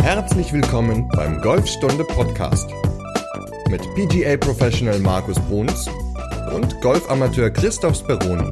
Herzlich willkommen beim Golfstunde Podcast mit PGA Professional Markus Bruns und Golfamateur Christoph Speroni.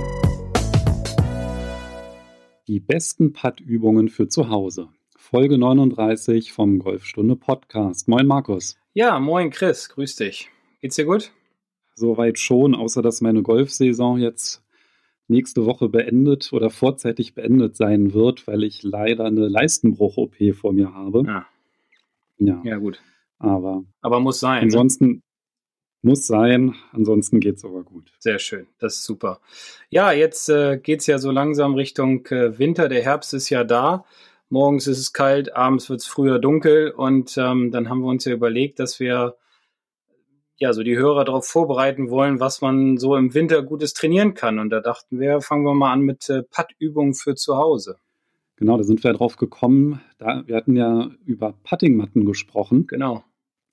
Die besten Putt-Übungen für zu Hause. Folge 39 vom Golfstunde Podcast. Moin Markus. Ja, moin Chris, grüß dich. Geht's dir gut? Soweit schon, außer dass meine Golfsaison jetzt nächste Woche beendet oder vorzeitig beendet sein wird, weil ich leider eine Leistenbruch-OP vor mir habe. Ja gut. Aber muss sein. Ansonsten muss sein, ansonsten geht's aber gut. Sehr schön, das ist super. Ja, jetzt geht's ja so langsam Richtung Winter. Der Herbst ist ja da. Morgens ist es kalt, abends wird's früher dunkel und dann haben wir uns ja überlegt, dass wir ja so die Hörer darauf vorbereiten wollen, was man so im Winter Gutes trainieren kann. Und da dachten wir, fangen wir mal an mit Putt-Übungen für zu Hause. Genau, da sind wir drauf gekommen. Wir hatten ja über Puttingmatten gesprochen. Genau.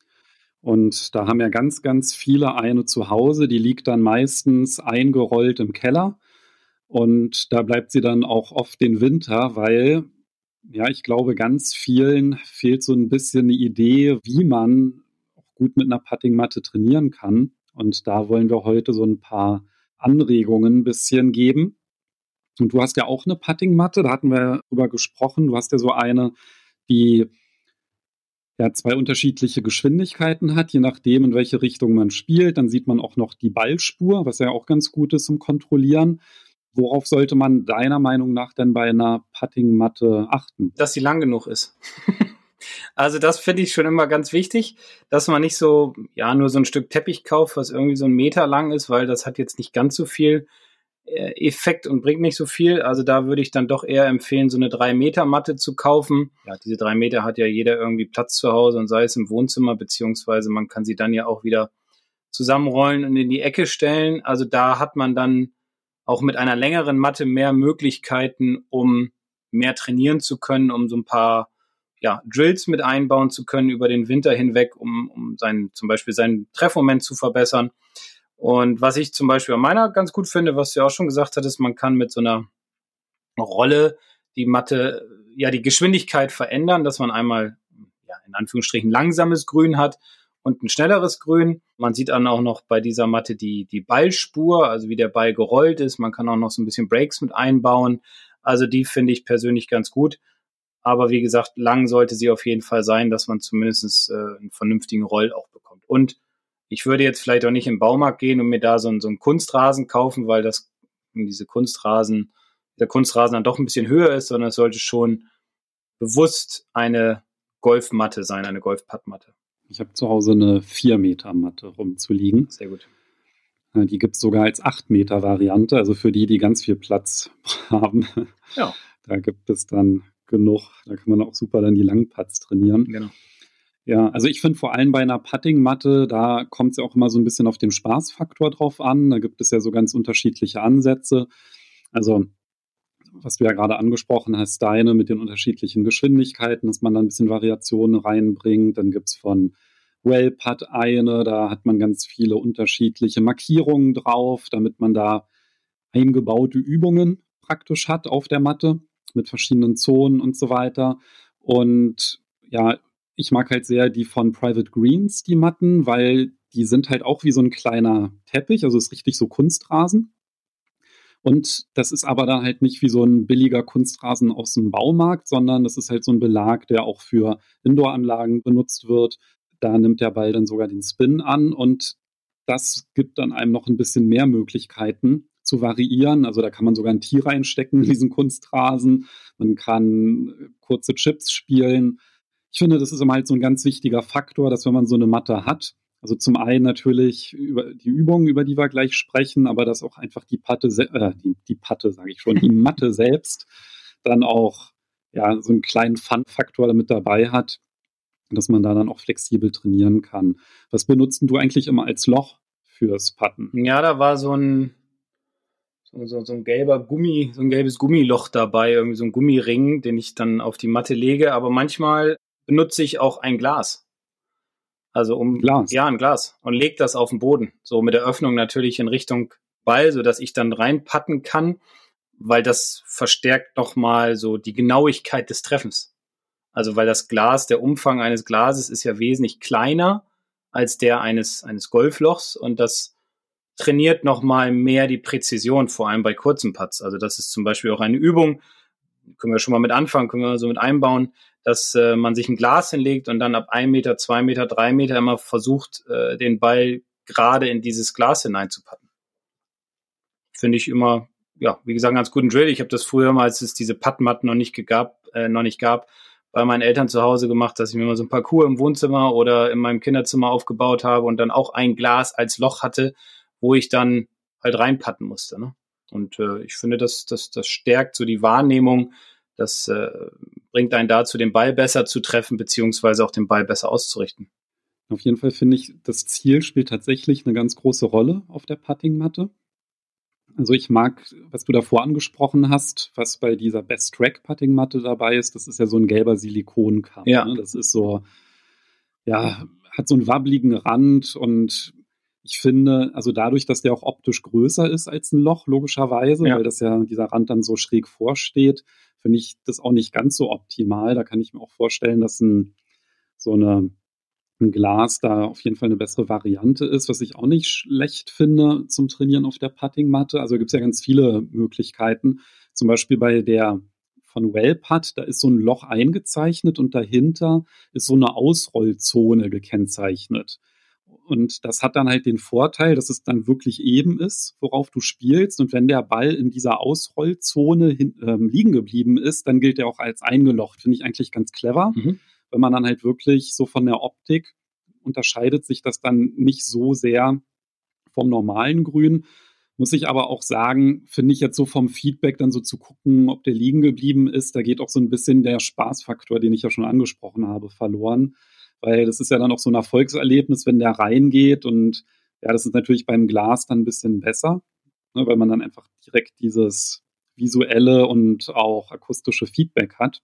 Und da haben ja ganz, ganz viele eine zu Hause. Die liegt dann meistens eingerollt im Keller. Und da bleibt sie dann auch oft den Winter, weil, ja, ich glaube, ganz vielen fehlt so ein bisschen eine Idee, wie man gut mit einer Puttingmatte trainieren kann. Und da wollen wir heute so ein paar Anregungen ein bisschen geben. Und du hast ja auch eine Puttingmatte, da hatten wir drüber gesprochen. Du hast ja so eine, die ja 2 unterschiedliche Geschwindigkeiten hat, je nachdem, in welche Richtung man spielt. Dann sieht man auch noch die Ballspur, was ja auch ganz gut ist zum Kontrollieren. Worauf sollte man deiner Meinung nach denn bei einer Puttingmatte achten? Dass sie lang genug ist. Also das finde ich schon immer ganz wichtig, dass man nicht so, ja, nur so ein Stück Teppich kauft, was irgendwie so 1 Meter lang ist, weil das hat jetzt nicht ganz so viel Effekt und bringt nicht so viel. Also da würde ich dann doch eher empfehlen, so eine 3-Meter-Matte zu kaufen. Ja, diese 3 Meter hat ja jeder irgendwie Platz zu Hause und sei es im Wohnzimmer, beziehungsweise man kann sie dann ja auch wieder zusammenrollen und in die Ecke stellen. Also da hat man dann auch mit einer längeren Matte mehr Möglichkeiten, um mehr trainieren zu können, um so ein paar Drills mit einbauen zu können über den Winter hinweg, um zum Beispiel seinen Treffmoment zu verbessern. Und was ich zum Beispiel an meiner ganz gut finde, was du ja auch schon gesagt hattest, man kann mit so einer Rolle die Matte, die Geschwindigkeit verändern, dass man einmal, in Anführungsstrichen langsames Grün hat und ein schnelleres Grün. Man sieht dann auch noch bei dieser Matte die Ballspur, also wie der Ball gerollt ist. Man kann auch noch so ein bisschen Breaks mit einbauen. Also die finde ich persönlich ganz gut. Aber wie gesagt, lang sollte sie auf jeden Fall sein, dass man zumindest einen vernünftigen Roll auch bekommt. Und ich würde jetzt vielleicht auch nicht im Baumarkt gehen und mir da so einen Kunstrasen kaufen, weil der Kunstrasen dann doch ein bisschen höher ist, sondern es sollte schon bewusst eine Golfmatte sein, eine Golfputtmatte. Ich habe zu Hause eine 4-Meter-Matte rumzuliegen. Sehr gut. Die gibt es sogar als 8-Meter-Variante, also für die ganz viel Platz haben. Ja. Da gibt es dann genug. Da kann man auch super dann die Langputts trainieren. Genau. Ja, also ich finde vor allem bei einer Puttingmatte, da kommt es ja auch immer so ein bisschen auf den Spaßfaktor drauf an. Da gibt es ja so ganz unterschiedliche Ansätze. Also was du ja gerade angesprochen hast, deine mit den unterschiedlichen Geschwindigkeiten, dass man da ein bisschen Variationen reinbringt. Dann gibt es von Well-Putt eine, da hat man ganz viele unterschiedliche Markierungen drauf, damit man da eingebaute Übungen praktisch hat auf der Matte mit verschiedenen Zonen und so weiter. Und ja, ich mag halt sehr die von Private Greens, die Matten, weil die sind halt auch wie so ein kleiner Teppich, also ist richtig so Kunstrasen. Und das ist aber dann halt nicht wie so ein billiger Kunstrasen aus dem Baumarkt, sondern das ist halt so ein Belag, der auch für Indoor-Anlagen benutzt wird. Da nimmt der Ball dann sogar den Spin an und das gibt dann einem noch ein bisschen mehr Möglichkeiten zu variieren. Also da kann man sogar ein Tee reinstecken in diesen Kunstrasen. Man kann kurze Chips spielen. Ich finde, das ist immer halt so ein ganz wichtiger Faktor, dass wenn man so eine Matte hat, also zum einen natürlich über die Übungen, über die wir gleich sprechen, aber dass auch einfach die Matte selbst dann auch so einen kleinen Fun-Faktor damit dabei hat, dass man da dann auch flexibel trainieren kann. Was benutzt du eigentlich immer als Loch fürs Putten? Ja, da war so ein gelber Gummi, so ein gelbes Gummiloch dabei, irgendwie so ein Gummiring, den ich dann auf die Matte lege. Aber manchmal benutze ich auch ein Glas. Also Glas. Ja, ein Glas. Und lege das auf den Boden. So mit der Öffnung natürlich in Richtung Ball, sodass ich dann reinputten kann, weil das verstärkt nochmal so die Genauigkeit des Treffens. Also weil das Glas, der Umfang eines Glases ist ja wesentlich kleiner als der eines Golflochs und das trainiert nochmal mehr die Präzision, vor allem bei kurzen Putts. Also das ist zum Beispiel auch eine Übung, können wir schon mal mit anfangen, können wir so mit einbauen, dass man sich ein Glas hinlegt und dann ab 1 Meter, 2 Meter, 3 Meter immer versucht, den Ball gerade in dieses Glas hineinzupatten. Finde ich immer, ja, wie gesagt, einen ganz guten Drill. Ich habe das früher mal, als es diese Puttmatten noch nicht gab, bei meinen Eltern zu Hause gemacht, dass ich mir mal so ein Parcours im Wohnzimmer oder in meinem Kinderzimmer aufgebaut habe und dann auch ein Glas als Loch hatte, wo ich dann halt reinpatten musste. Ne? Und ich finde, das stärkt so die Wahrnehmung, das bringt einen dazu, den Ball besser zu treffen, beziehungsweise auch den Ball besser auszurichten. Auf jeden Fall finde ich, das Ziel spielt tatsächlich eine ganz große Rolle auf der Puttingmatte. Also ich mag, was du davor angesprochen hast, was bei dieser Best-Track-Putting-Matte dabei ist, das ist ja so ein gelber Silikonkamm. Ja. Ne? Das ist so, ja, hat so einen wabbligen Rand und ich finde, also dadurch, dass der auch optisch größer ist als ein Loch, logischerweise, weil das ja dieser Rand dann so schräg vorsteht, finde ich das auch nicht ganz so optimal. Da kann ich mir auch vorstellen, dass ein Glas da auf jeden Fall eine bessere Variante ist, was ich auch nicht schlecht finde zum Trainieren auf der Puttingmatte. Also gibt es ja ganz viele Möglichkeiten. Zum Beispiel bei der von Wellputt, da ist so ein Loch eingezeichnet und dahinter ist so eine Ausrollzone gekennzeichnet. Und das hat dann halt den Vorteil, dass es dann wirklich eben ist, worauf du spielst. Und wenn der Ball in dieser Ausrollzone liegen geblieben ist, dann gilt er auch als eingelocht. Finde ich eigentlich ganz clever. Mhm. Wenn man dann halt wirklich so von der Optik unterscheidet sich das dann nicht so sehr vom normalen Grün. Muss ich aber auch sagen, finde ich jetzt so vom Feedback dann so zu gucken, ob der liegen geblieben ist, da geht auch so ein bisschen der Spaßfaktor, den ich ja schon angesprochen habe, verloren. Weil das ist ja dann auch so ein Erfolgserlebnis, wenn der reingeht und ja, das ist natürlich beim Glas dann ein bisschen besser, ne, weil man dann einfach direkt dieses visuelle und auch akustische Feedback hat.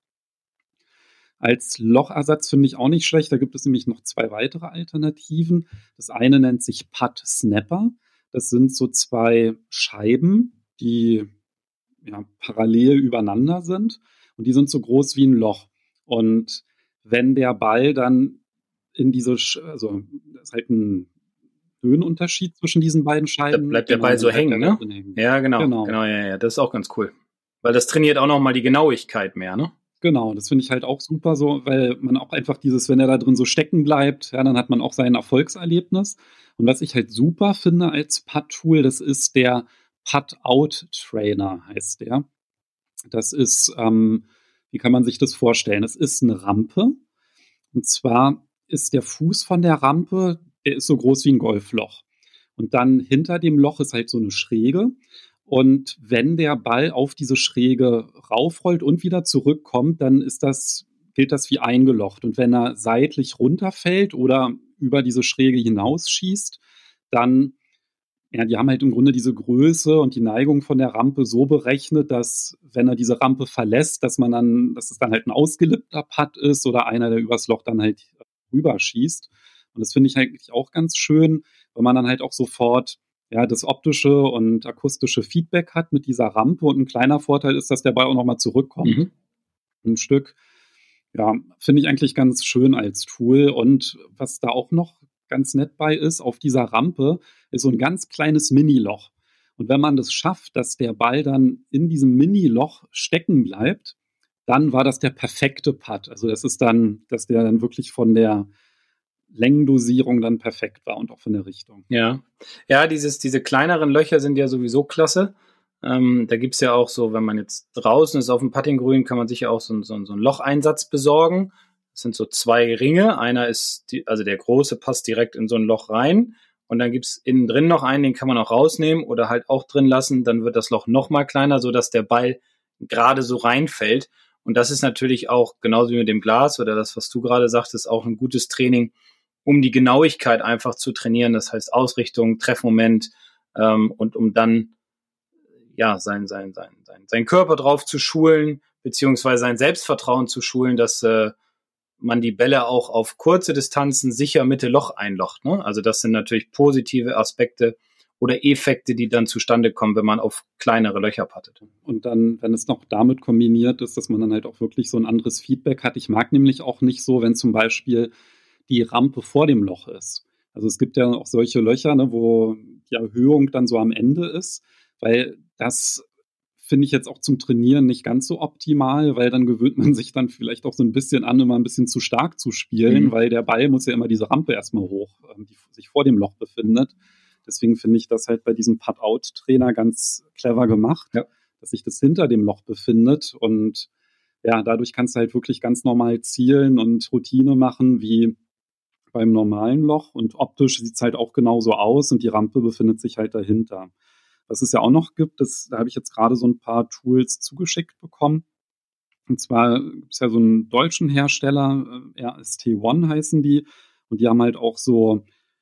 Als Lochersatz finde ich auch nicht schlecht. Da gibt es nämlich noch 2 weitere Alternativen. Das eine nennt sich Putt Snapper. Das sind so 2 Scheiben, die ja, parallel übereinander sind. Und die sind so groß wie ein Loch. Und wenn der Ball dann in diese, also das ist halt ein Höhenunterschied zwischen diesen beiden Scheiben. Da bleibt der Ball so hängen, ne? Ja, genau. Ja, das ist auch ganz cool. Weil das trainiert auch nochmal die Genauigkeit mehr, ne? Genau, das finde ich halt auch super so, weil man auch einfach dieses, wenn er da drin so stecken bleibt, ja, dann hat man auch sein Erfolgserlebnis. Und was ich halt super finde als Putt-Tool, das ist der Putt-Out-Trainer, heißt der. Das ist, wie kann man sich das vorstellen? Das ist eine Rampe. Und zwar ist der Fuß von der Rampe, der ist so groß wie ein Golfloch. Und dann hinter dem Loch ist halt so eine Schräge. Und wenn der Ball auf diese Schräge raufrollt und wieder zurückkommt, dann gilt das wie eingelocht. Und wenn er seitlich runterfällt oder über diese Schräge hinausschießt, dann, ja, die haben halt im Grunde diese Größe und die Neigung von der Rampe so berechnet, dass, wenn er diese Rampe verlässt, dass es dann halt ein ausgelippter Putt ist oder einer, der übers Loch dann halt rüberschießt. Und das finde ich eigentlich auch ganz schön, weil man dann halt auch sofort ja, das optische und akustische Feedback hat mit dieser Rampe. Und ein kleiner Vorteil ist, dass der Ball auch nochmal zurückkommt. Mhm. Ein Stück, ja, finde ich eigentlich ganz schön als Tool. Und was da auch noch ganz nett bei ist, auf dieser Rampe ist so ein ganz kleines Mini-Loch. Und wenn man das schafft, dass der Ball dann in diesem Mini-Loch stecken bleibt, dann war das der perfekte Putt. Also das ist dann, dass der dann wirklich von der Längendosierung dann perfekt war und auch von der Richtung. Ja, diese kleineren Löcher sind ja sowieso klasse. Da gibt es ja auch so, wenn man jetzt draußen ist auf dem Puttinggrün, kann man sich ja auch so einen Locheinsatz besorgen. Das sind so 2 Ringe. Einer ist, also der große passt direkt in so ein Loch rein. Und dann gibt es innen drin noch einen, den kann man auch rausnehmen oder halt auch drin lassen. Dann wird das Loch noch mal kleiner, sodass der Ball gerade so reinfällt. Und das ist natürlich auch, genauso wie mit dem Glas oder das, was du gerade sagtest, auch ein gutes Training, um die Genauigkeit einfach zu trainieren, das heißt Ausrichtung, Treffmoment und um dann ja seinen Körper drauf zu schulen, beziehungsweise sein Selbstvertrauen zu schulen, dass man die Bälle auch auf kurze Distanzen sicher Mitte Loch einlocht. Ne? Also das sind natürlich positive Aspekte, oder Effekte, die dann zustande kommen, wenn man auf kleinere Löcher puttet. Und dann, wenn es noch damit kombiniert ist, dass man dann halt auch wirklich so ein anderes Feedback hat. Ich mag nämlich auch nicht so, wenn zum Beispiel die Rampe vor dem Loch ist. Also es gibt ja auch solche Löcher, ne, wo die Erhöhung dann so am Ende ist, weil das finde ich jetzt auch zum Trainieren nicht ganz so optimal, weil dann gewöhnt man sich dann vielleicht auch so ein bisschen an, immer ein bisschen zu stark zu spielen, weil der Ball muss ja immer diese Rampe erstmal hoch, die sich vor dem Loch befindet. Deswegen finde ich das halt bei diesem Putt-Out-Trainer ganz clever gemacht, dass sich das hinter dem Loch befindet und ja, dadurch kannst du halt wirklich ganz normal zielen und Routine machen wie beim normalen Loch und optisch sieht es halt auch genauso aus und die Rampe befindet sich halt dahinter. Was es ja auch noch gibt, da habe ich jetzt gerade so ein paar Tools zugeschickt bekommen. Und zwar gibt es ja so einen deutschen Hersteller, RST1 heißen die, und die haben halt auch so,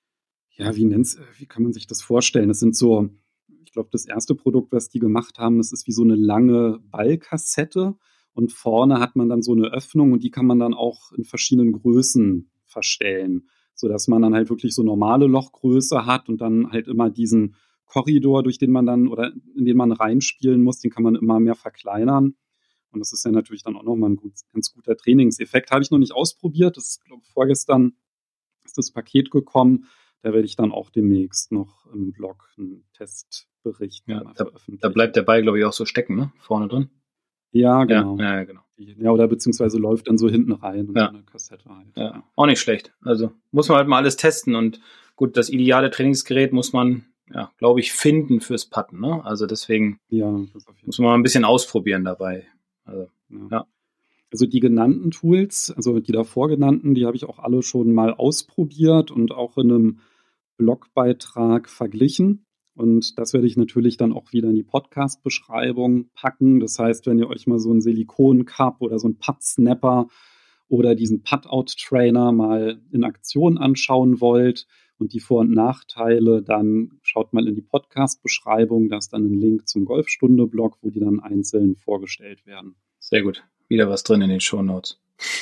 ja, wie kann man sich das vorstellen? Das sind so, ich glaube, das erste Produkt, was die gemacht haben, das ist wie so eine lange Ballkassette und vorne hat man dann so eine Öffnung und die kann man dann auch in verschiedenen Größen verstellen, sodass man dann halt wirklich so normale Lochgröße hat und dann halt immer diesen Korridor, durch den man dann oder in den man reinspielen muss, den kann man immer mehr verkleinern. Und das ist ja natürlich dann auch nochmal ein ganz guter Trainingseffekt. Habe ich noch nicht ausprobiert. Das ist, glaube ich, vorgestern ist das Paket gekommen. Da werde ich dann auch demnächst noch im Blog einen Testbericht veröffentlichen. Da bleibt der Ball, glaube ich, auch so stecken, ne? Vorne drin. Ja, genau. Ja, genau. Ja, oder beziehungsweise läuft dann so hinten rein und so eine Kassette halt. Ja, auch nicht schlecht. Also muss man halt mal alles testen und gut, das ideale Trainingsgerät muss man, ja, glaube ich, finden fürs Putten, ne? Also deswegen muss man mal ein bisschen ausprobieren dabei. Also, ja. Also die genannten Tools, also die davor genannten, die habe ich auch alle schon mal ausprobiert und auch in einem Blogbeitrag verglichen. Und das werde ich natürlich dann auch wieder in die Podcast-Beschreibung packen. Das heißt, wenn ihr euch mal so einen Silikon-Cup oder so einen Putt-Snapper oder diesen Putt-Out-Trainer mal in Aktion anschauen wollt und die Vor- und Nachteile, dann schaut mal in die Podcast-Beschreibung. Da ist dann ein Link zum Golfstunde-Blog, wo die dann einzeln vorgestellt werden. Sehr gut. Wieder was drin in den Shownotes.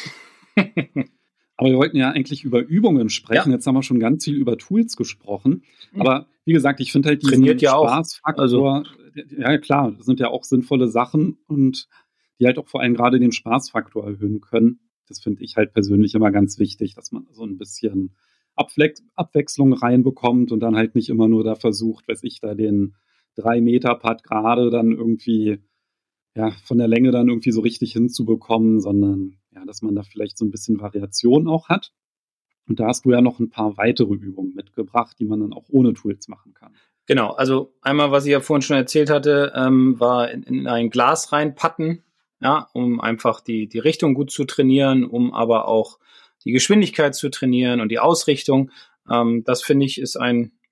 Aber wir wollten ja eigentlich über Übungen sprechen. Ja. Jetzt haben wir schon ganz viel über Tools gesprochen. Aber wie gesagt, ich finde halt diesen Spaßfaktor, also. Ja klar, das sind ja auch sinnvolle Sachen und die halt auch vor allem gerade den Spaßfaktor erhöhen können. Das finde ich halt persönlich immer ganz wichtig, dass man so ein bisschen Abwechslung reinbekommt und dann halt nicht immer nur da versucht, da den 3-Meter-Putt gerade dann irgendwie von der Länge dann irgendwie so richtig hinzubekommen, sondern dass man da vielleicht so ein bisschen Variation auch hat. Und da hast du ja noch ein paar weitere Übungen mitgebracht, die man dann auch ohne Tools machen kann. Genau, also einmal, was ich ja vorhin schon erzählt hatte, war in ein Glas reinpatten, um einfach die Richtung gut zu trainieren, um aber auch die Geschwindigkeit zu trainieren und die Ausrichtung. Das finde ich ist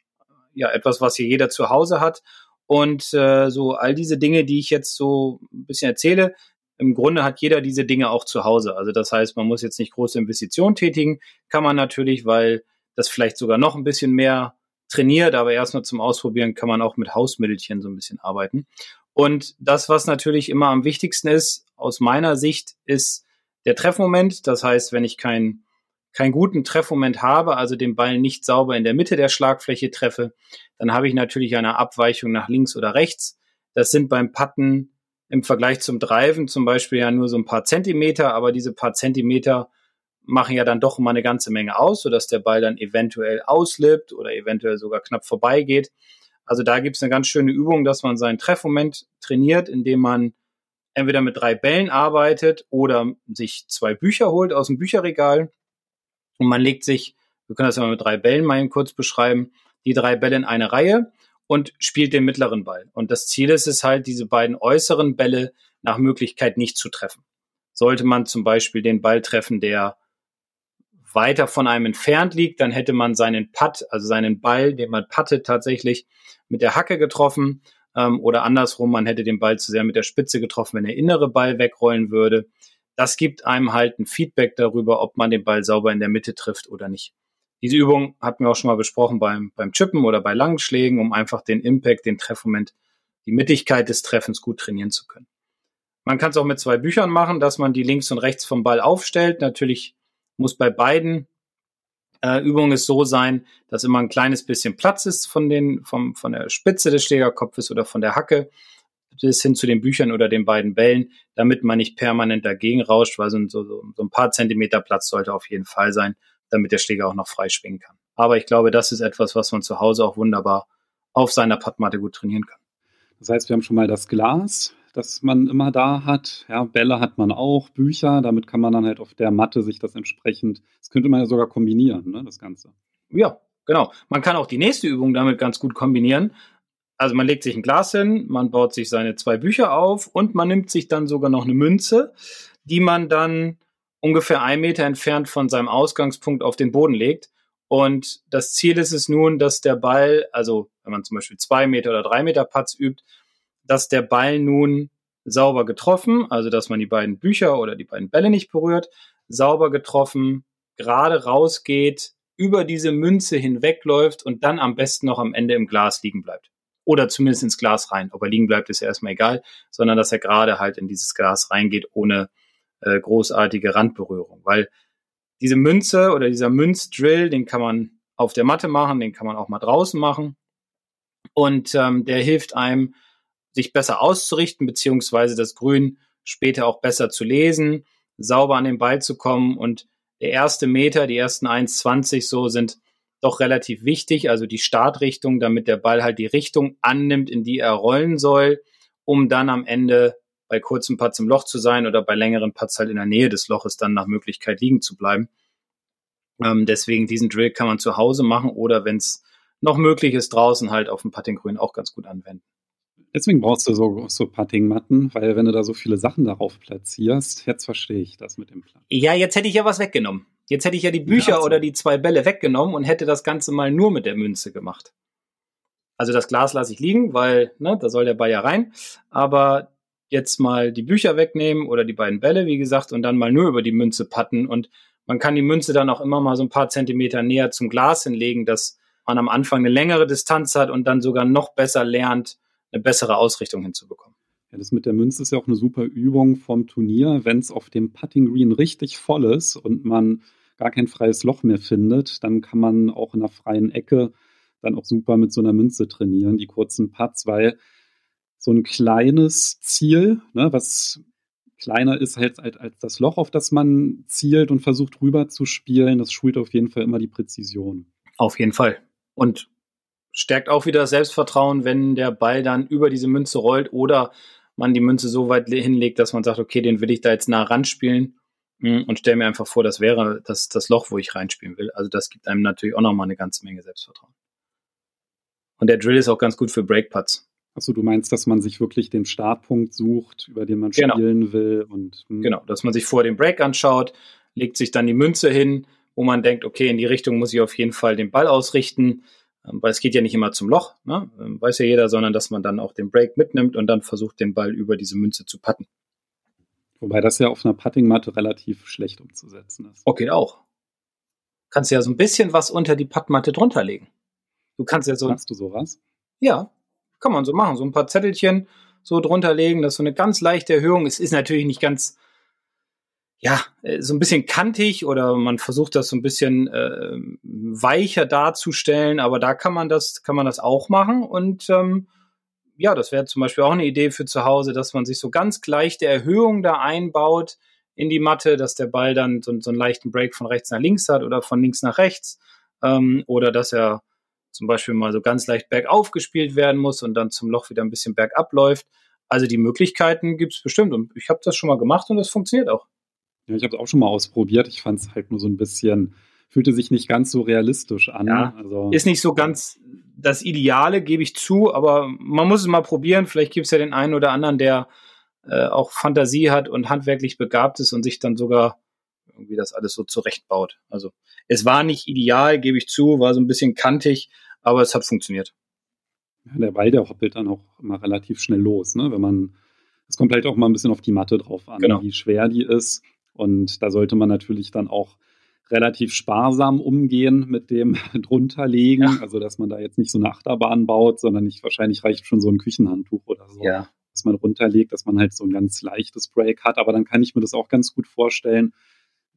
etwas, was hier jeder zu Hause hat. Und so all diese Dinge, die ich jetzt so ein bisschen erzähle, im Grunde hat jeder diese Dinge auch zu Hause. Also das heißt, man muss jetzt nicht große Investitionen tätigen, kann man natürlich, weil das vielleicht sogar noch ein bisschen mehr trainiert, aber erstmal zum Ausprobieren kann man auch mit Hausmittelchen so ein bisschen arbeiten. Und das, was natürlich immer am wichtigsten ist, aus meiner Sicht, ist der Treffmoment. Das heißt, wenn ich keinen guten Treffmoment habe, also den Ball nicht sauber in der Mitte der Schlagfläche treffe, dann habe ich natürlich eine Abweichung nach links oder rechts. Das sind beim Putten im Vergleich zum Driven zum Beispiel ja nur so ein paar Zentimeter, aber diese paar Zentimeter machen ja dann doch immer eine ganze Menge aus, sodass der Ball dann eventuell auslippt oder eventuell sogar knapp vorbeigeht. Also da gibt es eine ganz schöne Übung, dass man seinen Treffmoment trainiert, indem man entweder mit 3 Bällen arbeitet oder sich 2 Bücher holt aus dem Bücherregal. Und man legt sich, wir können das ja mal mit 3 Bällen mal kurz beschreiben, die 3 Bälle in eine Reihe und spielt den mittleren Ball. Und das Ziel ist es halt, diese beiden äußeren Bälle nach Möglichkeit nicht zu treffen. Sollte man zum Beispiel den Ball treffen, der weiter von einem entfernt liegt, dann hätte man seinen Putt, also seinen Ball, den man puttet, tatsächlich mit der Hacke getroffen. Oder andersrum, man hätte den Ball zu sehr mit der Spitze getroffen, wenn der innere Ball wegrollen würde. Das gibt einem halt ein Feedback darüber, ob man den Ball sauber in der Mitte trifft oder nicht. Diese Übung hatten wir auch schon mal besprochen beim Chippen oder bei langen Schlägen, um einfach den Impact, den Treffmoment, die Mittigkeit des Treffens gut trainieren zu können. Man kann es auch mit 2 Büchern machen, dass man die links und rechts vom Ball aufstellt. Natürlich muss bei beiden Übung ist so sein, dass immer ein kleines bisschen Platz ist von der Spitze des Schlägerkopfes oder von der Hacke bis hin zu den Büchern oder den beiden Bällen, damit man nicht permanent dagegen rauscht, weil so ein paar Zentimeter Platz sollte auf jeden Fall sein, damit der Schläger auch noch frei schwingen kann. Aber ich glaube, das ist etwas, was man zu Hause auch wunderbar auf seiner Puttmatte gut trainieren kann. Das heißt, wir haben schon mal das Glas, das man immer da hat. Ja, Bälle hat man auch, Bücher, damit kann man dann halt auf der Matte sich das könnte man ja sogar kombinieren, ne, das Ganze. Ja, genau. Man kann auch die nächste Übung damit ganz gut kombinieren. Also man legt sich ein Glas hin, man baut sich seine 2 Bücher auf und man nimmt sich dann sogar noch eine Münze, die man dann ungefähr 1 Meter entfernt von seinem Ausgangspunkt auf den Boden legt. Und das Ziel ist es nun, dass der Ball, also wenn man zum Beispiel 2 Meter oder 3 Meter Putts übt, dass der Ball nun sauber getroffen, also dass man die beiden Bücher oder die beiden Bälle nicht berührt, sauber getroffen, gerade rausgeht, über diese Münze hinwegläuft und dann am besten noch am Ende im Glas liegen bleibt. Oder zumindest ins Glas rein. Ob er liegen bleibt, ist ja erstmal egal, sondern dass er gerade halt in dieses Glas reingeht, ohne großartige Randberührung. Weil diese Münze oder dieser Münzdrill, den kann man auf der Matte machen, den kann man auch mal draußen machen. Und der hilft einem, sich besser auszurichten, beziehungsweise das Grün später auch besser zu lesen, sauber an den Ball zu kommen. Und der erste Meter, die ersten 1,20 so sind doch relativ wichtig, also die Startrichtung, damit der Ball halt die Richtung annimmt, in die er rollen soll, um dann am Ende bei kurzen Putts im Loch zu sein oder bei längeren Putts halt in der Nähe des Loches dann nach Möglichkeit liegen zu bleiben. Deswegen diesen Drill kann man zu Hause machen oder wenn es noch möglich ist, draußen halt auf dem Puttinggrün auch ganz gut anwenden. Deswegen brauchst du so Puttingmatten, weil wenn du da so viele Sachen darauf platzierst, jetzt verstehe ich das mit dem Platz. Ja, jetzt hätte ich ja was weggenommen. Jetzt hätte ich ja die Bücher oder die 2 Bälle weggenommen und hätte das Ganze mal nur mit der Münze gemacht. Also das Glas lasse ich liegen, weil da soll der Ball ja rein. Aber jetzt mal die Bücher wegnehmen oder die beiden Bälle, wie gesagt, und dann mal nur über die Münze putten. Und man kann die Münze dann auch immer mal so ein paar Zentimeter näher zum Glas hinlegen, dass man am Anfang eine längere Distanz hat und dann sogar noch besser lernt, eine bessere Ausrichtung hinzubekommen. Ja, das mit der Münze ist ja auch eine super Übung vom Turnier. Wenn es auf dem Putting Green richtig voll ist und man gar kein freies Loch mehr findet, dann kann man auch in einer freien Ecke dann auch super mit so einer Münze trainieren, die kurzen Putts, weil so ein kleines Ziel, was kleiner ist halt als das Loch, auf das man zielt und versucht rüber zu spielen, das schult auf jeden Fall immer die Präzision. Auf jeden Fall. Und stärkt auch wieder das Selbstvertrauen, wenn der Ball dann über diese Münze rollt oder man die Münze so weit hinlegt, dass man sagt, okay, den will ich da jetzt nah ranspielen und stelle mir einfach vor, das wäre das Loch, wo ich reinspielen will. Also das gibt einem natürlich auch nochmal eine ganze Menge Selbstvertrauen. Und der Drill ist auch ganz gut für Breakputts. Achso, du meinst, dass man sich wirklich den Startpunkt sucht, über den man spielen will. Genau, dass man sich vor dem Break anschaut, legt sich dann die Münze hin, wo man denkt, okay, in die Richtung muss ich auf jeden Fall den Ball ausrichten. Weil es geht ja nicht immer zum Loch, ne? Weiß ja jeder, sondern dass man dann auch den Break mitnimmt und dann versucht, den Ball über diese Münze zu putten. Wobei das ja auf einer Puttingmatte relativ schlecht umzusetzen ist. Okay, auch. Kannst ja so ein bisschen was unter die Puttmatte drunter legen. Du kannst ja so. Machst du sowas? Ja, kann man so machen. So ein paar Zettelchen so drunter legen, dass so eine ganz leichte Erhöhung ist. Ist natürlich nicht ganz, so ein bisschen kantig oder man versucht das so ein bisschen weicher darzustellen, aber da kann man das auch machen und das wäre zum Beispiel auch eine Idee für zu Hause, dass man sich so ganz leichte Erhöhungen da einbaut in die Matte, dass der Ball dann so einen leichten Break von rechts nach links hat oder von links nach rechts oder dass er zum Beispiel mal so ganz leicht bergauf gespielt werden muss und dann zum Loch wieder ein bisschen bergab läuft. Also die Möglichkeiten gibt es bestimmt und ich habe das schon mal gemacht und das funktioniert auch. Ja, ich habe es auch schon mal ausprobiert. Ich fand es halt nur so ein bisschen, fühlte sich nicht ganz so realistisch an. Ja, ist nicht so ganz das Ideale, gebe ich zu, aber man muss es mal probieren. Vielleicht gibt es ja den einen oder anderen, der auch Fantasie hat und handwerklich begabt ist und sich dann sogar irgendwie das alles so zurechtbaut. Also es war nicht ideal, gebe ich zu, war so ein bisschen kantig, aber es hat funktioniert. Ja, der Ball, der hoppelt dann auch immer relativ schnell los, ne? Es kommt halt auch mal ein bisschen auf die Matte drauf an, genau, wie schwer die ist. Und da sollte man natürlich dann auch relativ sparsam umgehen mit dem drunterlegen. Ja. Also, dass man da jetzt nicht so eine Achterbahn baut, sondern wahrscheinlich reicht schon so ein Küchenhandtuch oder so, dass man runterlegt, dass man halt so ein ganz leichtes Break hat. Aber dann kann ich mir das auch ganz gut vorstellen,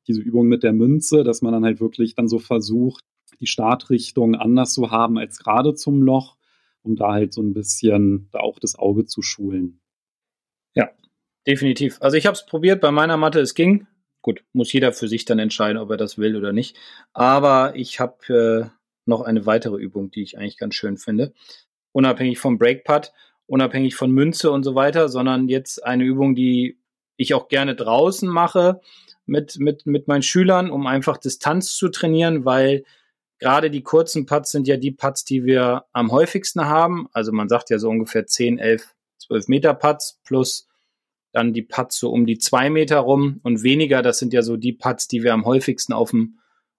diese Übung mit der Münze, dass man dann halt wirklich dann so versucht, die Startrichtung anders zu haben als gerade zum Loch, um da halt so ein bisschen da auch das Auge zu schulen. Ja, definitiv. Also ich habe es probiert bei meiner Matte, es ging. Gut, muss jeder für sich dann entscheiden, ob er das will oder nicht. Aber ich habe noch eine weitere Übung, die ich eigentlich ganz schön finde. Unabhängig vom Breakputt, unabhängig von Münze und so weiter, sondern jetzt eine Übung, die ich auch gerne draußen mache mit meinen Schülern, um einfach Distanz zu trainieren, weil gerade die kurzen Putts sind ja die Putts, die wir am häufigsten haben. Also man sagt ja so ungefähr 10, 11, 12 Meter Putts plus dann die Putts so um die 2 Meter rum und weniger, das sind ja so die Putts, die wir am häufigsten auf dem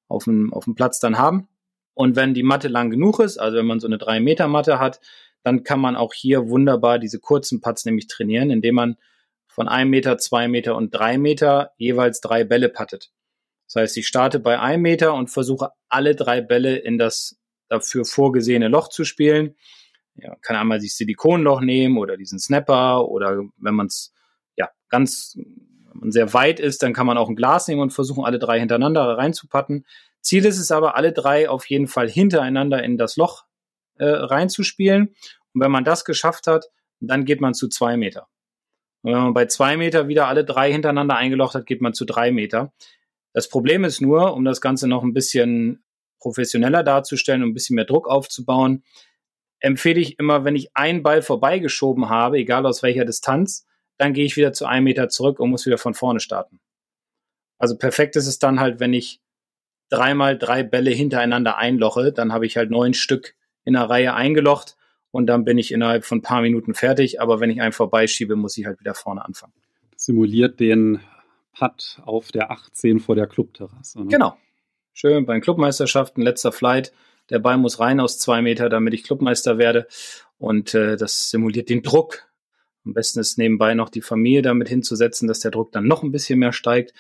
Platz dann haben. Und wenn die Matte lang genug ist, also wenn man so eine 3 Meter Matte hat, dann kann man auch hier wunderbar diese kurzen Putts nämlich trainieren, indem man von 1 Meter, 2 Meter und 3 Meter jeweils 3 Bälle puttet. Das heißt, ich starte bei 1 Meter und versuche alle 3 Bälle in das dafür vorgesehene Loch zu spielen. Ja, kann einmal sich Silikonloch nehmen oder diesen Snapper oder wenn man es wenn man sehr weit ist, dann kann man auch ein Glas nehmen und versuchen, alle 3 hintereinander reinzupatten. Ziel ist es aber, alle 3 auf jeden Fall hintereinander in das Loch reinzuspielen. Und wenn man das geschafft hat, dann geht man zu 2 Meter. Und wenn man bei 2 Meter wieder alle 3 hintereinander eingelocht hat, geht man zu 3 Meter. Das Problem ist nur, um das Ganze noch ein bisschen professioneller darzustellen und ein bisschen mehr Druck aufzubauen, empfehle ich immer, wenn ich einen Ball vorbeigeschoben habe, egal aus welcher Distanz, dann gehe ich wieder zu 1 Meter zurück und muss wieder von vorne starten. Also perfekt ist es dann halt, wenn ich 3 mal 3 Bälle hintereinander einloche, dann habe ich halt 9 Stück in einer Reihe eingelocht und dann bin ich innerhalb von ein paar Minuten fertig. Aber wenn ich einen vorbeischiebe, muss ich halt wieder vorne anfangen. Das simuliert den Putt auf der 18 vor der Clubterrasse. Ne? Genau. Schön bei den Clubmeisterschaften, letzter Flight. Der Ball muss rein aus 2 Meter, damit ich Clubmeister werde. Und das simuliert den Druck. Am besten ist nebenbei noch die Familie damit hinzusetzen, dass der Druck dann noch ein bisschen mehr steigt.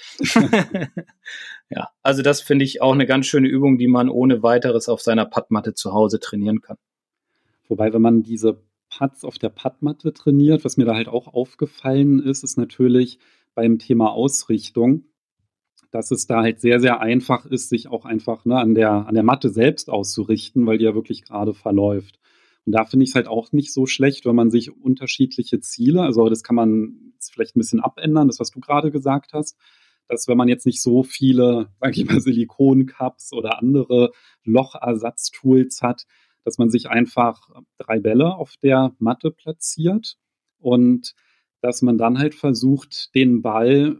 Ja, also das finde ich auch eine ganz schöne Übung, die man ohne weiteres auf seiner Puttmatte zu Hause trainieren kann. Wobei, wenn man diese Putts auf der Puttmatte trainiert, was mir da halt auch aufgefallen ist, ist natürlich beim Thema Ausrichtung, dass es da halt sehr, sehr einfach ist, sich auch einfach an der Matte selbst auszurichten, weil die ja wirklich gerade verläuft. Und da finde ich es halt auch nicht so schlecht, wenn man sich unterschiedliche Ziele, also das kann man jetzt vielleicht ein bisschen abändern, das, was du gerade gesagt hast, dass wenn man jetzt nicht so viele, sag ich mal, Silikoncups oder andere Lochersatztools hat, dass man sich einfach 3 Bälle auf der Matte platziert und dass man dann halt versucht, den Ball,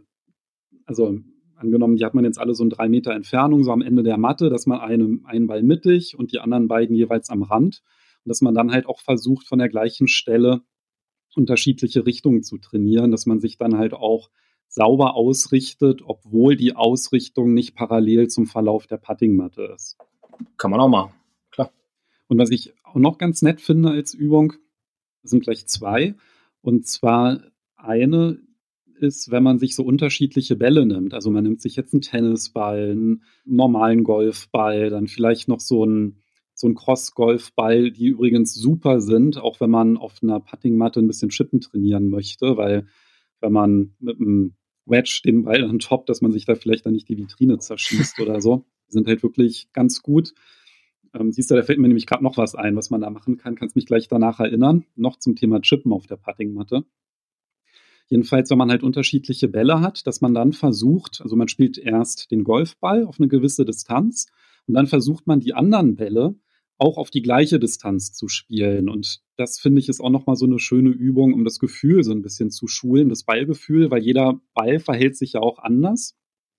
also angenommen, die hat man jetzt alle so in 3 Meter Entfernung, so am Ende der Matte, dass man einen Ball mittig und die anderen beiden jeweils am Rand. Und dass man dann halt auch versucht, von der gleichen Stelle unterschiedliche Richtungen zu trainieren, dass man sich dann halt auch sauber ausrichtet, obwohl die Ausrichtung nicht parallel zum Verlauf der Puttingmatte ist. Kann man auch machen, klar. Und was ich auch noch ganz nett finde als Übung, sind gleich 2. Und zwar eine ist, wenn man sich so unterschiedliche Bälle nimmt. Also man nimmt sich jetzt einen Tennisball, einen normalen Golfball, dann vielleicht noch so einen Cross-Golfball, die übrigens super sind, auch wenn man auf einer Puttingmatte ein bisschen Chippen trainieren möchte, weil wenn man mit einem Wedge den Ball dann toppt, dass man sich da vielleicht dann nicht die Vitrine zerschießt oder so. Die sind halt wirklich ganz gut. Siehst du, da fällt mir nämlich gerade noch was ein, was man da machen kann. Kannst mich gleich danach erinnern. Noch zum Thema Chippen auf der Puttingmatte. Jedenfalls, wenn man halt unterschiedliche Bälle hat, dass man dann versucht, also man spielt erst den Golfball auf eine gewisse Distanz und dann versucht man die anderen Bälle auch auf die gleiche Distanz zu spielen. Und das, finde ich, ist auch nochmal so eine schöne Übung, um das Gefühl so ein bisschen zu schulen, das Ballgefühl, weil jeder Ball verhält sich ja auch anders.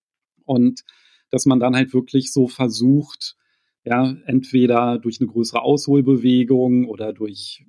Und dass man dann halt wirklich so versucht, ja, entweder durch eine größere Ausholbewegung oder durch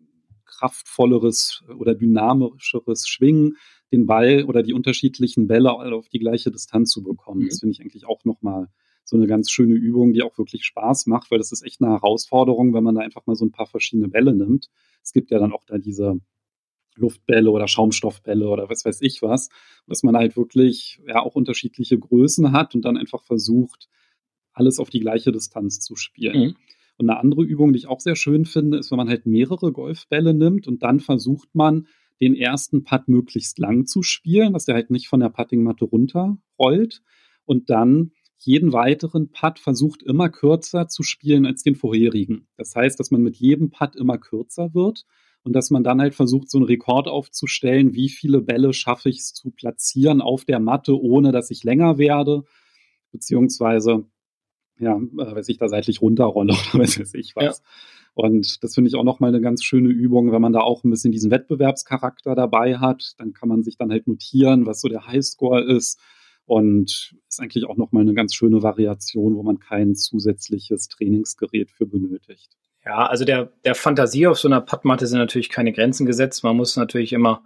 kraftvolleres oder dynamischeres Schwingen den Ball oder die unterschiedlichen Bälle auf die gleiche Distanz zu bekommen. Das finde ich eigentlich auch nochmal so eine ganz schöne Übung, die auch wirklich Spaß macht, weil das ist echt eine Herausforderung, wenn man da einfach mal so ein paar verschiedene Bälle nimmt. Es gibt ja dann auch da diese Luftbälle oder Schaumstoffbälle oder was weiß ich was, dass man halt wirklich ja auch unterschiedliche Größen hat und dann einfach versucht, alles auf die gleiche Distanz zu spielen. Mhm. Und eine andere Übung, die ich auch sehr schön finde, ist, wenn man halt mehrere Golfbälle nimmt und dann versucht man, den ersten Putt möglichst lang zu spielen, dass der halt nicht von der Puttingmatte runterrollt. und dann jeden weiteren Putt versucht immer kürzer zu spielen als den vorherigen. Das heißt, dass man mit jedem Putt immer kürzer wird und dass man dann halt versucht, so einen Rekord aufzustellen, wie viele Bälle schaffe ich es zu platzieren auf der Matte, ohne dass ich länger werde, beziehungsweise weiß ich, da seitlich runterrolle oder weiß ich was. Ja. Und das finde ich auch nochmal eine ganz schöne Übung, wenn man da auch ein bisschen diesen Wettbewerbscharakter dabei hat, dann kann man sich dann halt notieren, was so der Highscore ist. Und ist eigentlich auch nochmal eine ganz schöne Variation, wo man kein zusätzliches Trainingsgerät für benötigt. Ja, also der Fantasie auf so einer Puttmatte sind natürlich keine Grenzen gesetzt. Man muss natürlich immer,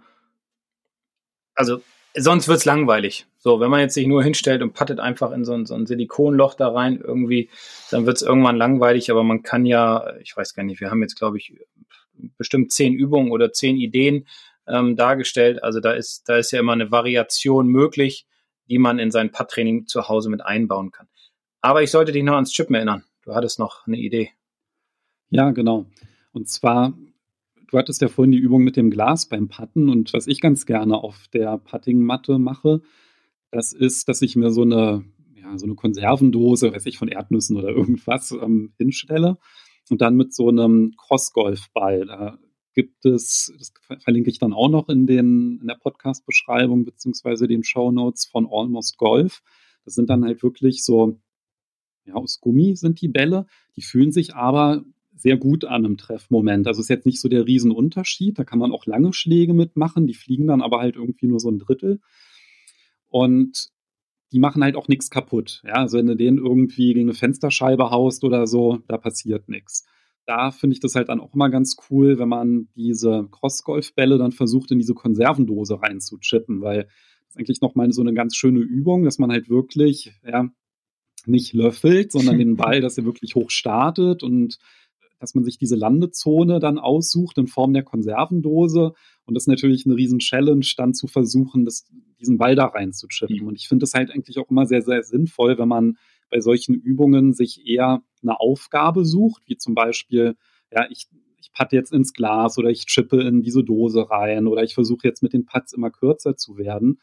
also sonst wird's langweilig. So, wenn man jetzt sich nur hinstellt und puttet einfach in so ein Silikonloch da rein irgendwie, dann wird's irgendwann langweilig. Aber man kann ja, ich weiß gar nicht, wir haben jetzt, glaube ich, bestimmt 10 Übungen oder 10 Ideen dargestellt. Also da ist ja immer eine Variation möglich, die man in sein Putt-Training zu Hause mit einbauen kann. Aber ich sollte dich noch ans Chippen erinnern. Du hattest noch eine Idee. Ja, genau. Und zwar, du hattest ja vorhin die Übung mit dem Glas beim Putten. Und was ich ganz gerne auf der Puttingmatte mache, das ist, dass ich mir so eine Konservendose, weiß ich, von Erdnüssen oder irgendwas hinstelle und dann mit so einem Crossgolfball, da gibt es, das verlinke ich dann auch noch in der Podcast-Beschreibung beziehungsweise den Shownotes von Almost Golf. Das sind dann halt wirklich so, aus Gummi sind die Bälle, die fühlen sich aber sehr gut an im Treffmoment. Also ist jetzt nicht so der Riesenunterschied, da kann man auch lange Schläge mitmachen, die fliegen dann aber halt irgendwie nur so ein Drittel. Und die machen halt auch nichts kaputt. Ja, also wenn du den irgendwie gegen eine Fensterscheibe haust oder so, da passiert nichts. Da finde ich das halt dann auch immer ganz cool, wenn man diese Crossgolf-Bälle dann versucht, in diese Konservendose reinzuchippen, weil das ist eigentlich nochmal so eine ganz schöne Übung, dass man halt wirklich nicht löffelt, sondern den Ball, dass er wirklich hoch startet und dass man sich diese Landezone dann aussucht in Form der Konservendose. Und das ist natürlich eine riesen Challenge, dann zu versuchen, diesen Ball da reinzuchippen. Und ich finde das halt eigentlich auch immer sehr, sehr sinnvoll, wenn man bei solchen Übungen sich eher eine Aufgabe sucht, wie zum Beispiel, ich putte jetzt ins Glas oder ich chippe in diese Dose rein oder ich versuche jetzt mit den Putts immer kürzer zu werden.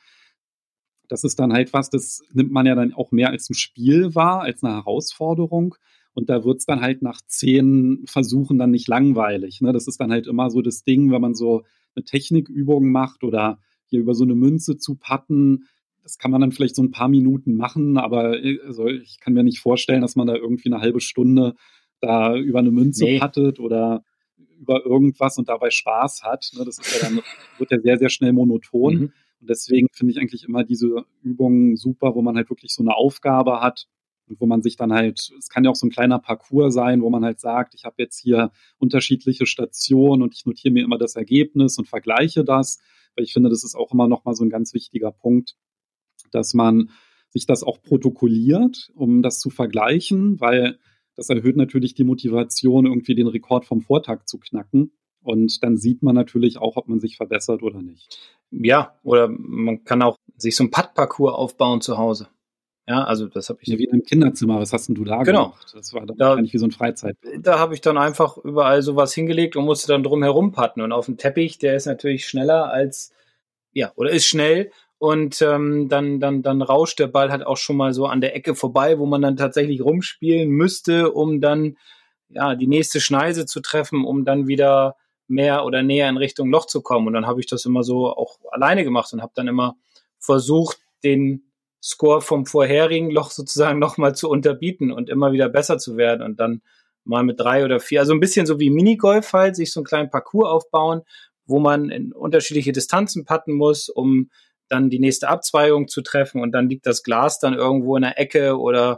Das ist dann halt was, das nimmt man ja dann auch mehr als ein Spiel wahr, als eine Herausforderung. Und da wird's dann halt nach 10 Versuchen dann nicht langweilig. Ne? Das ist dann halt immer so das Ding, wenn man so eine Technikübung macht oder hier über so eine Münze zu putten. Das kann man dann vielleicht so ein paar Minuten machen, aber also ich kann mir nicht vorstellen, dass man da irgendwie eine halbe Stunde da über eine Münze puttet oder über irgendwas und dabei Spaß hat. Ne? Das ist ja dann, wird ja sehr, sehr schnell monoton. Mhm. Und deswegen finde ich eigentlich immer diese Übungen super, wo man halt wirklich so eine Aufgabe hat und wo man sich dann halt, es kann ja auch so ein kleiner Parcours sein, wo man halt sagt, ich habe jetzt hier unterschiedliche Stationen und ich notiere mir immer das Ergebnis und vergleiche das, weil ich finde, das ist auch immer noch mal so ein ganz wichtiger Punkt, dass man sich das auch protokolliert, um das zu vergleichen, weil das erhöht natürlich die Motivation, irgendwie den Rekord vom Vortag zu knacken. Und dann sieht man natürlich auch, ob man sich verbessert oder nicht. Ja, oder man kann auch sich so ein Putt-Parcours aufbauen zu Hause. Ja, also das habe ich. Ja, wie in einem Kinderzimmer, was hast denn du da gemacht? Das war dann eigentlich wie so ein Freizeit. Da habe ich dann einfach überall sowas hingelegt und musste dann drum herum putten. Und auf dem Teppich, der ist natürlich schneller als, oder ist schnell. Und dann rauscht der Ball halt auch schon mal so an der Ecke vorbei, wo man dann tatsächlich rumspielen müsste, um dann die nächste Schneise zu treffen, um dann wieder mehr oder näher in Richtung Loch zu kommen. Und dann habe ich das immer so auch alleine gemacht und habe dann immer versucht, den Score vom vorherigen Loch sozusagen nochmal zu unterbieten und immer wieder besser zu werden und dann mal mit 3 oder 4, also ein bisschen so wie Minigolf halt, sich so einen kleinen Parcours aufbauen, wo man in unterschiedliche Distanzen putten muss, um dann die nächste Abzweigung zu treffen und dann liegt das Glas dann irgendwo in der Ecke oder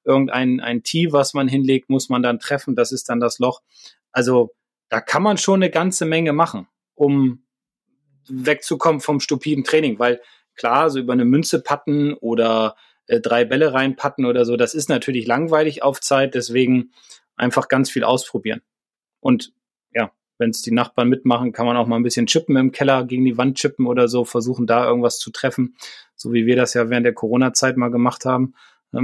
ein Tee, was man hinlegt, muss man dann treffen, das ist dann das Loch. Also da kann man schon eine ganze Menge machen, um wegzukommen vom stupiden Training, weil klar, so über eine Münze putten oder 3 Bälle reinputten oder so, das ist natürlich langweilig auf Zeit, deswegen einfach ganz viel ausprobieren. Und wenn es die Nachbarn mitmachen, kann man auch mal ein bisschen chippen im Keller, gegen die Wand chippen oder so, versuchen da irgendwas zu treffen, so wie wir das ja während der Corona-Zeit mal gemacht haben,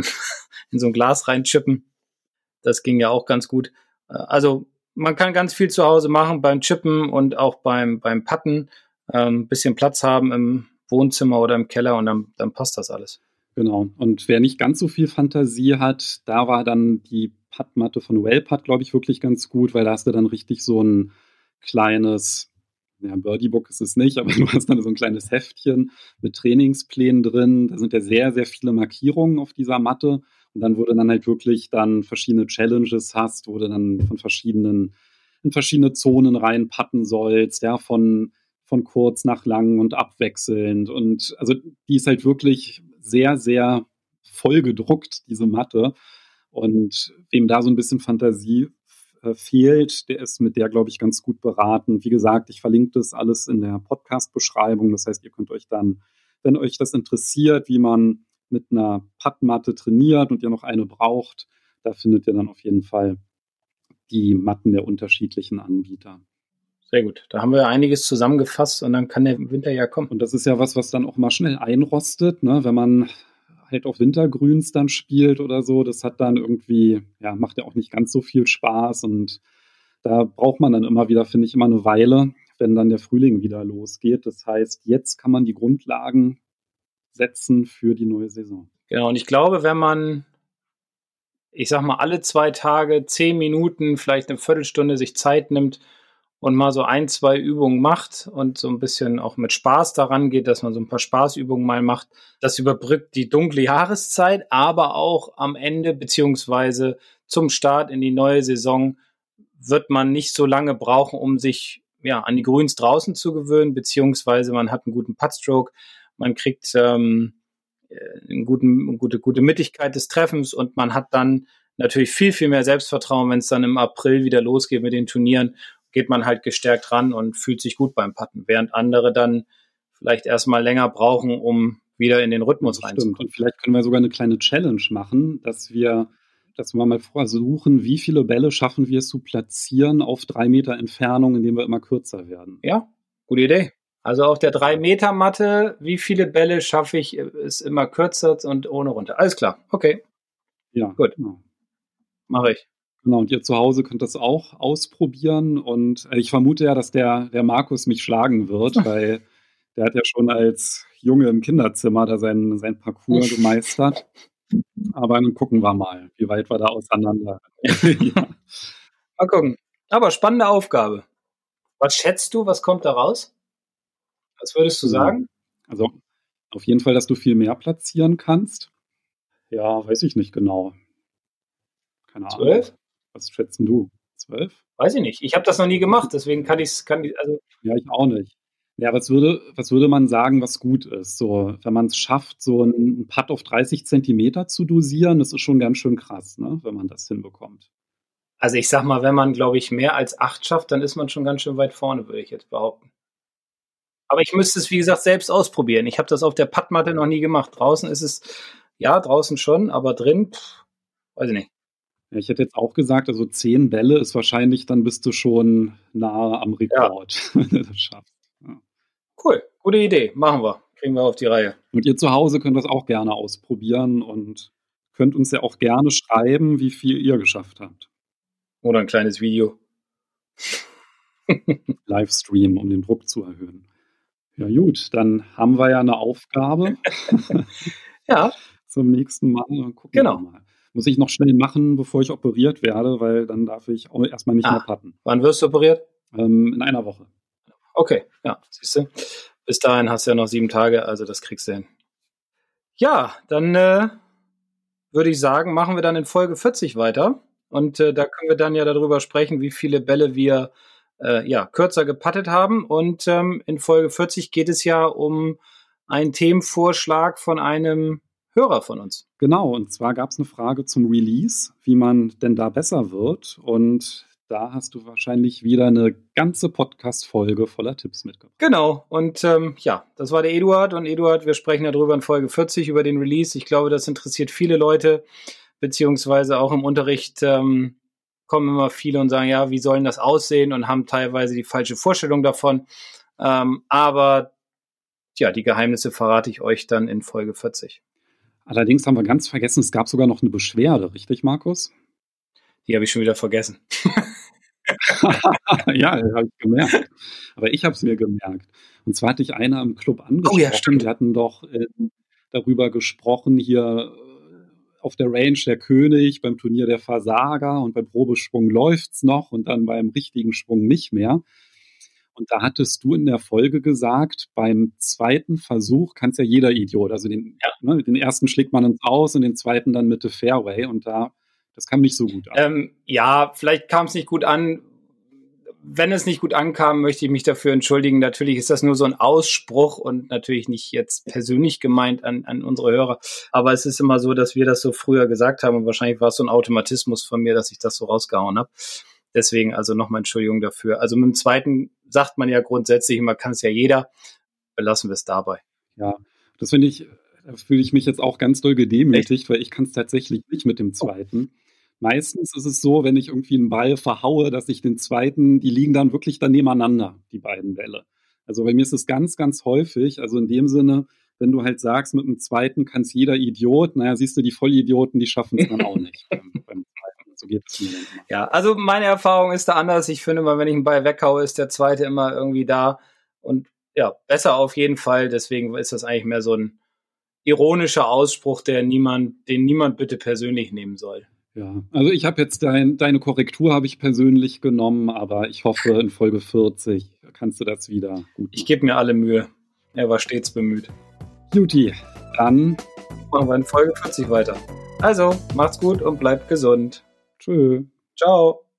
in so ein Glas reinchippen. Das ging ja auch ganz gut. Also man kann ganz viel zu Hause machen beim Chippen und auch beim Putten, ein bisschen Platz haben im Wohnzimmer oder im Keller und dann passt das alles. Genau. Und wer nicht ganz so viel Fantasie hat, da war dann die Puttmatte von Wellputt, glaube ich, wirklich ganz gut, weil da hast du dann richtig so ein kleines, ja, Birdie-Book ist es nicht, aber du hast dann so ein kleines Heftchen mit Trainingsplänen drin. Da sind ja sehr, sehr viele Markierungen auf dieser Matte. Und dann, wo du dann halt wirklich dann verschiedene Challenges hast, wo du dann in verschiedene Zonen reinpatten sollst, ja, von kurz nach lang und abwechselnd. Und also die ist halt wirklich sehr, sehr voll gedruckt, diese Matte. Und wem da so ein bisschen Fantasie fehlt, der ist mit der, glaube ich, ganz gut beraten. Wie gesagt, ich verlinke das alles in der Podcast-Beschreibung. Das heißt, ihr könnt euch dann, wenn euch das interessiert, wie man mit einer Puttmatte trainiert und ihr noch eine braucht, da findet ihr dann auf jeden Fall die Matten der unterschiedlichen Anbieter. Sehr gut. Da haben wir einiges zusammengefasst und dann kann der Winter ja kommen. Und das ist ja was dann auch mal schnell einrostet, ne? Wenn man halt auf Wintergrüns dann spielt oder so. Das hat dann irgendwie, ja, macht ja auch nicht ganz so viel Spaß. Und da braucht man dann immer wieder, finde ich, immer eine Weile, wenn dann der Frühling wieder losgeht. Das heißt, jetzt kann man die Grundlagen setzen für die neue Saison. Genau. Und ich glaube, wenn man, ich sag mal, alle 2 Tage 10 Minuten, vielleicht eine Viertelstunde sich Zeit nimmt und mal so 1, 2 Übungen macht und so ein bisschen auch mit Spaß daran geht, dass man so ein paar Spaßübungen mal macht, das überbrückt die dunkle Jahreszeit, aber auch am Ende beziehungsweise zum Start in die neue Saison wird man nicht so lange brauchen, um sich ja an die Grüns draußen zu gewöhnen, beziehungsweise man hat einen guten Puttstroke, man kriegt eine gute Mittigkeit des Treffens und man hat dann natürlich viel, viel mehr Selbstvertrauen, wenn es dann im April wieder losgeht mit den Turnieren, geht man halt gestärkt ran und fühlt sich gut beim Putten, während andere dann vielleicht erstmal länger brauchen, um wieder in den Rhythmus reinzukommen. Und vielleicht können wir sogar eine kleine Challenge machen, dass wir mal versuchen, wie viele Bälle schaffen wir es zu platzieren auf 3 Meter Entfernung, indem wir immer kürzer werden. Ja, gute Idee. Also auf der 3-Meter-Matte, wie viele Bälle schaffe ich, ist immer kürzer und ohne runter. Alles klar, okay. Ja, gut. Genau. Mache ich. Genau, und ihr zu Hause könnt das auch ausprobieren. Und ich vermute ja, dass der Markus mich schlagen wird, weil der hat ja schon als Junge im Kinderzimmer da sein Parcours gemeistert. Aber dann gucken wir mal, wie weit wir da auseinander. Ja. Mal gucken. Aber spannende Aufgabe. Was schätzt du, was kommt da raus? Was würdest du sagen? Also auf jeden Fall, dass du viel mehr platzieren kannst. Ja, weiß ich nicht genau. Keine Ahnung. 12? Was schätzen du? 12? Weiß ich nicht. Ich habe das noch nie gemacht, deswegen kann ich also. Ja, ich auch nicht. Ja, was würde man sagen, was gut ist? So, wenn man es schafft, so einen Putt auf 30 Zentimeter zu dosieren, das ist schon ganz schön krass, ne, wenn man das hinbekommt. Also ich sag mal, wenn man, glaube ich, mehr als 8 schafft, dann ist man schon ganz schön weit vorne, würde ich jetzt behaupten. Aber ich müsste es, wie gesagt, selbst ausprobieren. Ich habe das auf der Puttmatte noch nie gemacht. Draußen ist es, ja, draußen schon, aber drin, weiß ich nicht. Ja, ich hätte jetzt auch gesagt, also 10 Bälle ist wahrscheinlich, dann bist du schon nahe am Rekord, wenn du das schaffst. Ja. Cool, gute Idee. Machen wir. Kriegen wir auf die Reihe. Und ihr zu Hause könnt das auch gerne ausprobieren und könnt uns ja auch gerne schreiben, wie viel ihr geschafft habt. Oder ein kleines Video. Livestream, um den Druck zu erhöhen. Ja gut, dann haben wir ja eine Aufgabe. Ja. Zum nächsten Mal. Gucken genau. Wir mal. Muss ich noch schnell machen, bevor ich operiert werde, weil dann darf ich auch erstmal nicht mehr putten. Wann wirst du operiert? In einer Woche. Okay, ja, siehst du. Bis dahin hast du ja noch 7 Tage, also das kriegst du hin. Ja, dann würde ich sagen, machen wir dann in Folge 40 weiter. Und da können wir dann ja darüber sprechen, wie viele Bälle wir kürzer geputtet haben. Und in Folge 40 geht es ja um einen Themenvorschlag von einem Hörer von uns. Genau, und zwar gab es eine Frage zum Release, wie man denn da besser wird. Und da hast du wahrscheinlich wieder eine ganze Podcast-Folge voller Tipps mitgebracht. Genau, und das war der Eduard. Und Eduard, wir sprechen darüber in Folge 40 über den Release. Ich glaube, das interessiert viele Leute, beziehungsweise auch im Unterricht kommen immer viele und sagen, ja, wie sollen das aussehen und haben teilweise die falsche Vorstellung davon. Aber die Geheimnisse verrate ich euch dann in Folge 40. Allerdings haben wir ganz vergessen, es gab sogar noch eine Beschwerde, richtig, Markus? Die habe ich schon wieder vergessen. Ja, habe ich gemerkt. Aber ich habe es mir gemerkt. Und zwar hatte ich einer im Club angesprochen. Oh ja, stimmt. Wir hatten doch darüber gesprochen, hier auf der Range der König, beim Turnier der Versager und beim Probeschwung läuft's noch und dann beim richtigen Schwung nicht mehr. Und da hattest du in der Folge gesagt, beim zweiten Versuch kann es ja jeder Idiot, also den ersten schlägt man ins Aus und den zweiten dann Mitte Fairway und das kam nicht so gut an. Ja, vielleicht kam es nicht gut an. Wenn es nicht gut ankam, möchte ich mich dafür entschuldigen. Natürlich ist das nur so ein Ausspruch und natürlich nicht jetzt persönlich gemeint an unsere Hörer. Aber es ist immer so, dass wir das so früher gesagt haben und wahrscheinlich war es so ein Automatismus von mir, dass ich das so rausgehauen habe. Deswegen also nochmal Entschuldigung dafür. Also mit dem zweiten sagt man ja grundsätzlich immer, kann es ja jeder. Belassen wir es dabei. Ja, da fühle ich mich jetzt auch ganz doll gedemütigt, weil ich kann es tatsächlich nicht mit dem zweiten. Meistens ist es so, wenn ich irgendwie einen Ball verhaue, dass ich den zweiten, die liegen dann wirklich dann nebeneinander, die beiden Bälle. Also bei mir ist es ganz, ganz häufig, also in dem Sinne, wenn du halt sagst, mit dem zweiten kann es jeder Idiot, naja, siehst du, die Vollidioten, die schaffen es dann auch nicht beim zweiten. So geht es mir dann immer. Ja, also meine Erfahrung ist da anders. Ich finde immer, wenn ich einen Ball weghaue, ist der zweite immer irgendwie da und ja, besser auf jeden Fall. Deswegen ist das eigentlich mehr so ein ironischer Ausspruch, den niemand bitte persönlich nehmen soll. Ja, also ich habe jetzt deine Korrektur habe ich persönlich genommen, aber ich hoffe, in Folge 40 kannst du das wieder gut machen. Ich gebe mir alle Mühe. Er war stets bemüht. Juti, dann machen wir in Folge 40 weiter. Also, macht's gut und bleibt gesund. Tschö. Ciao.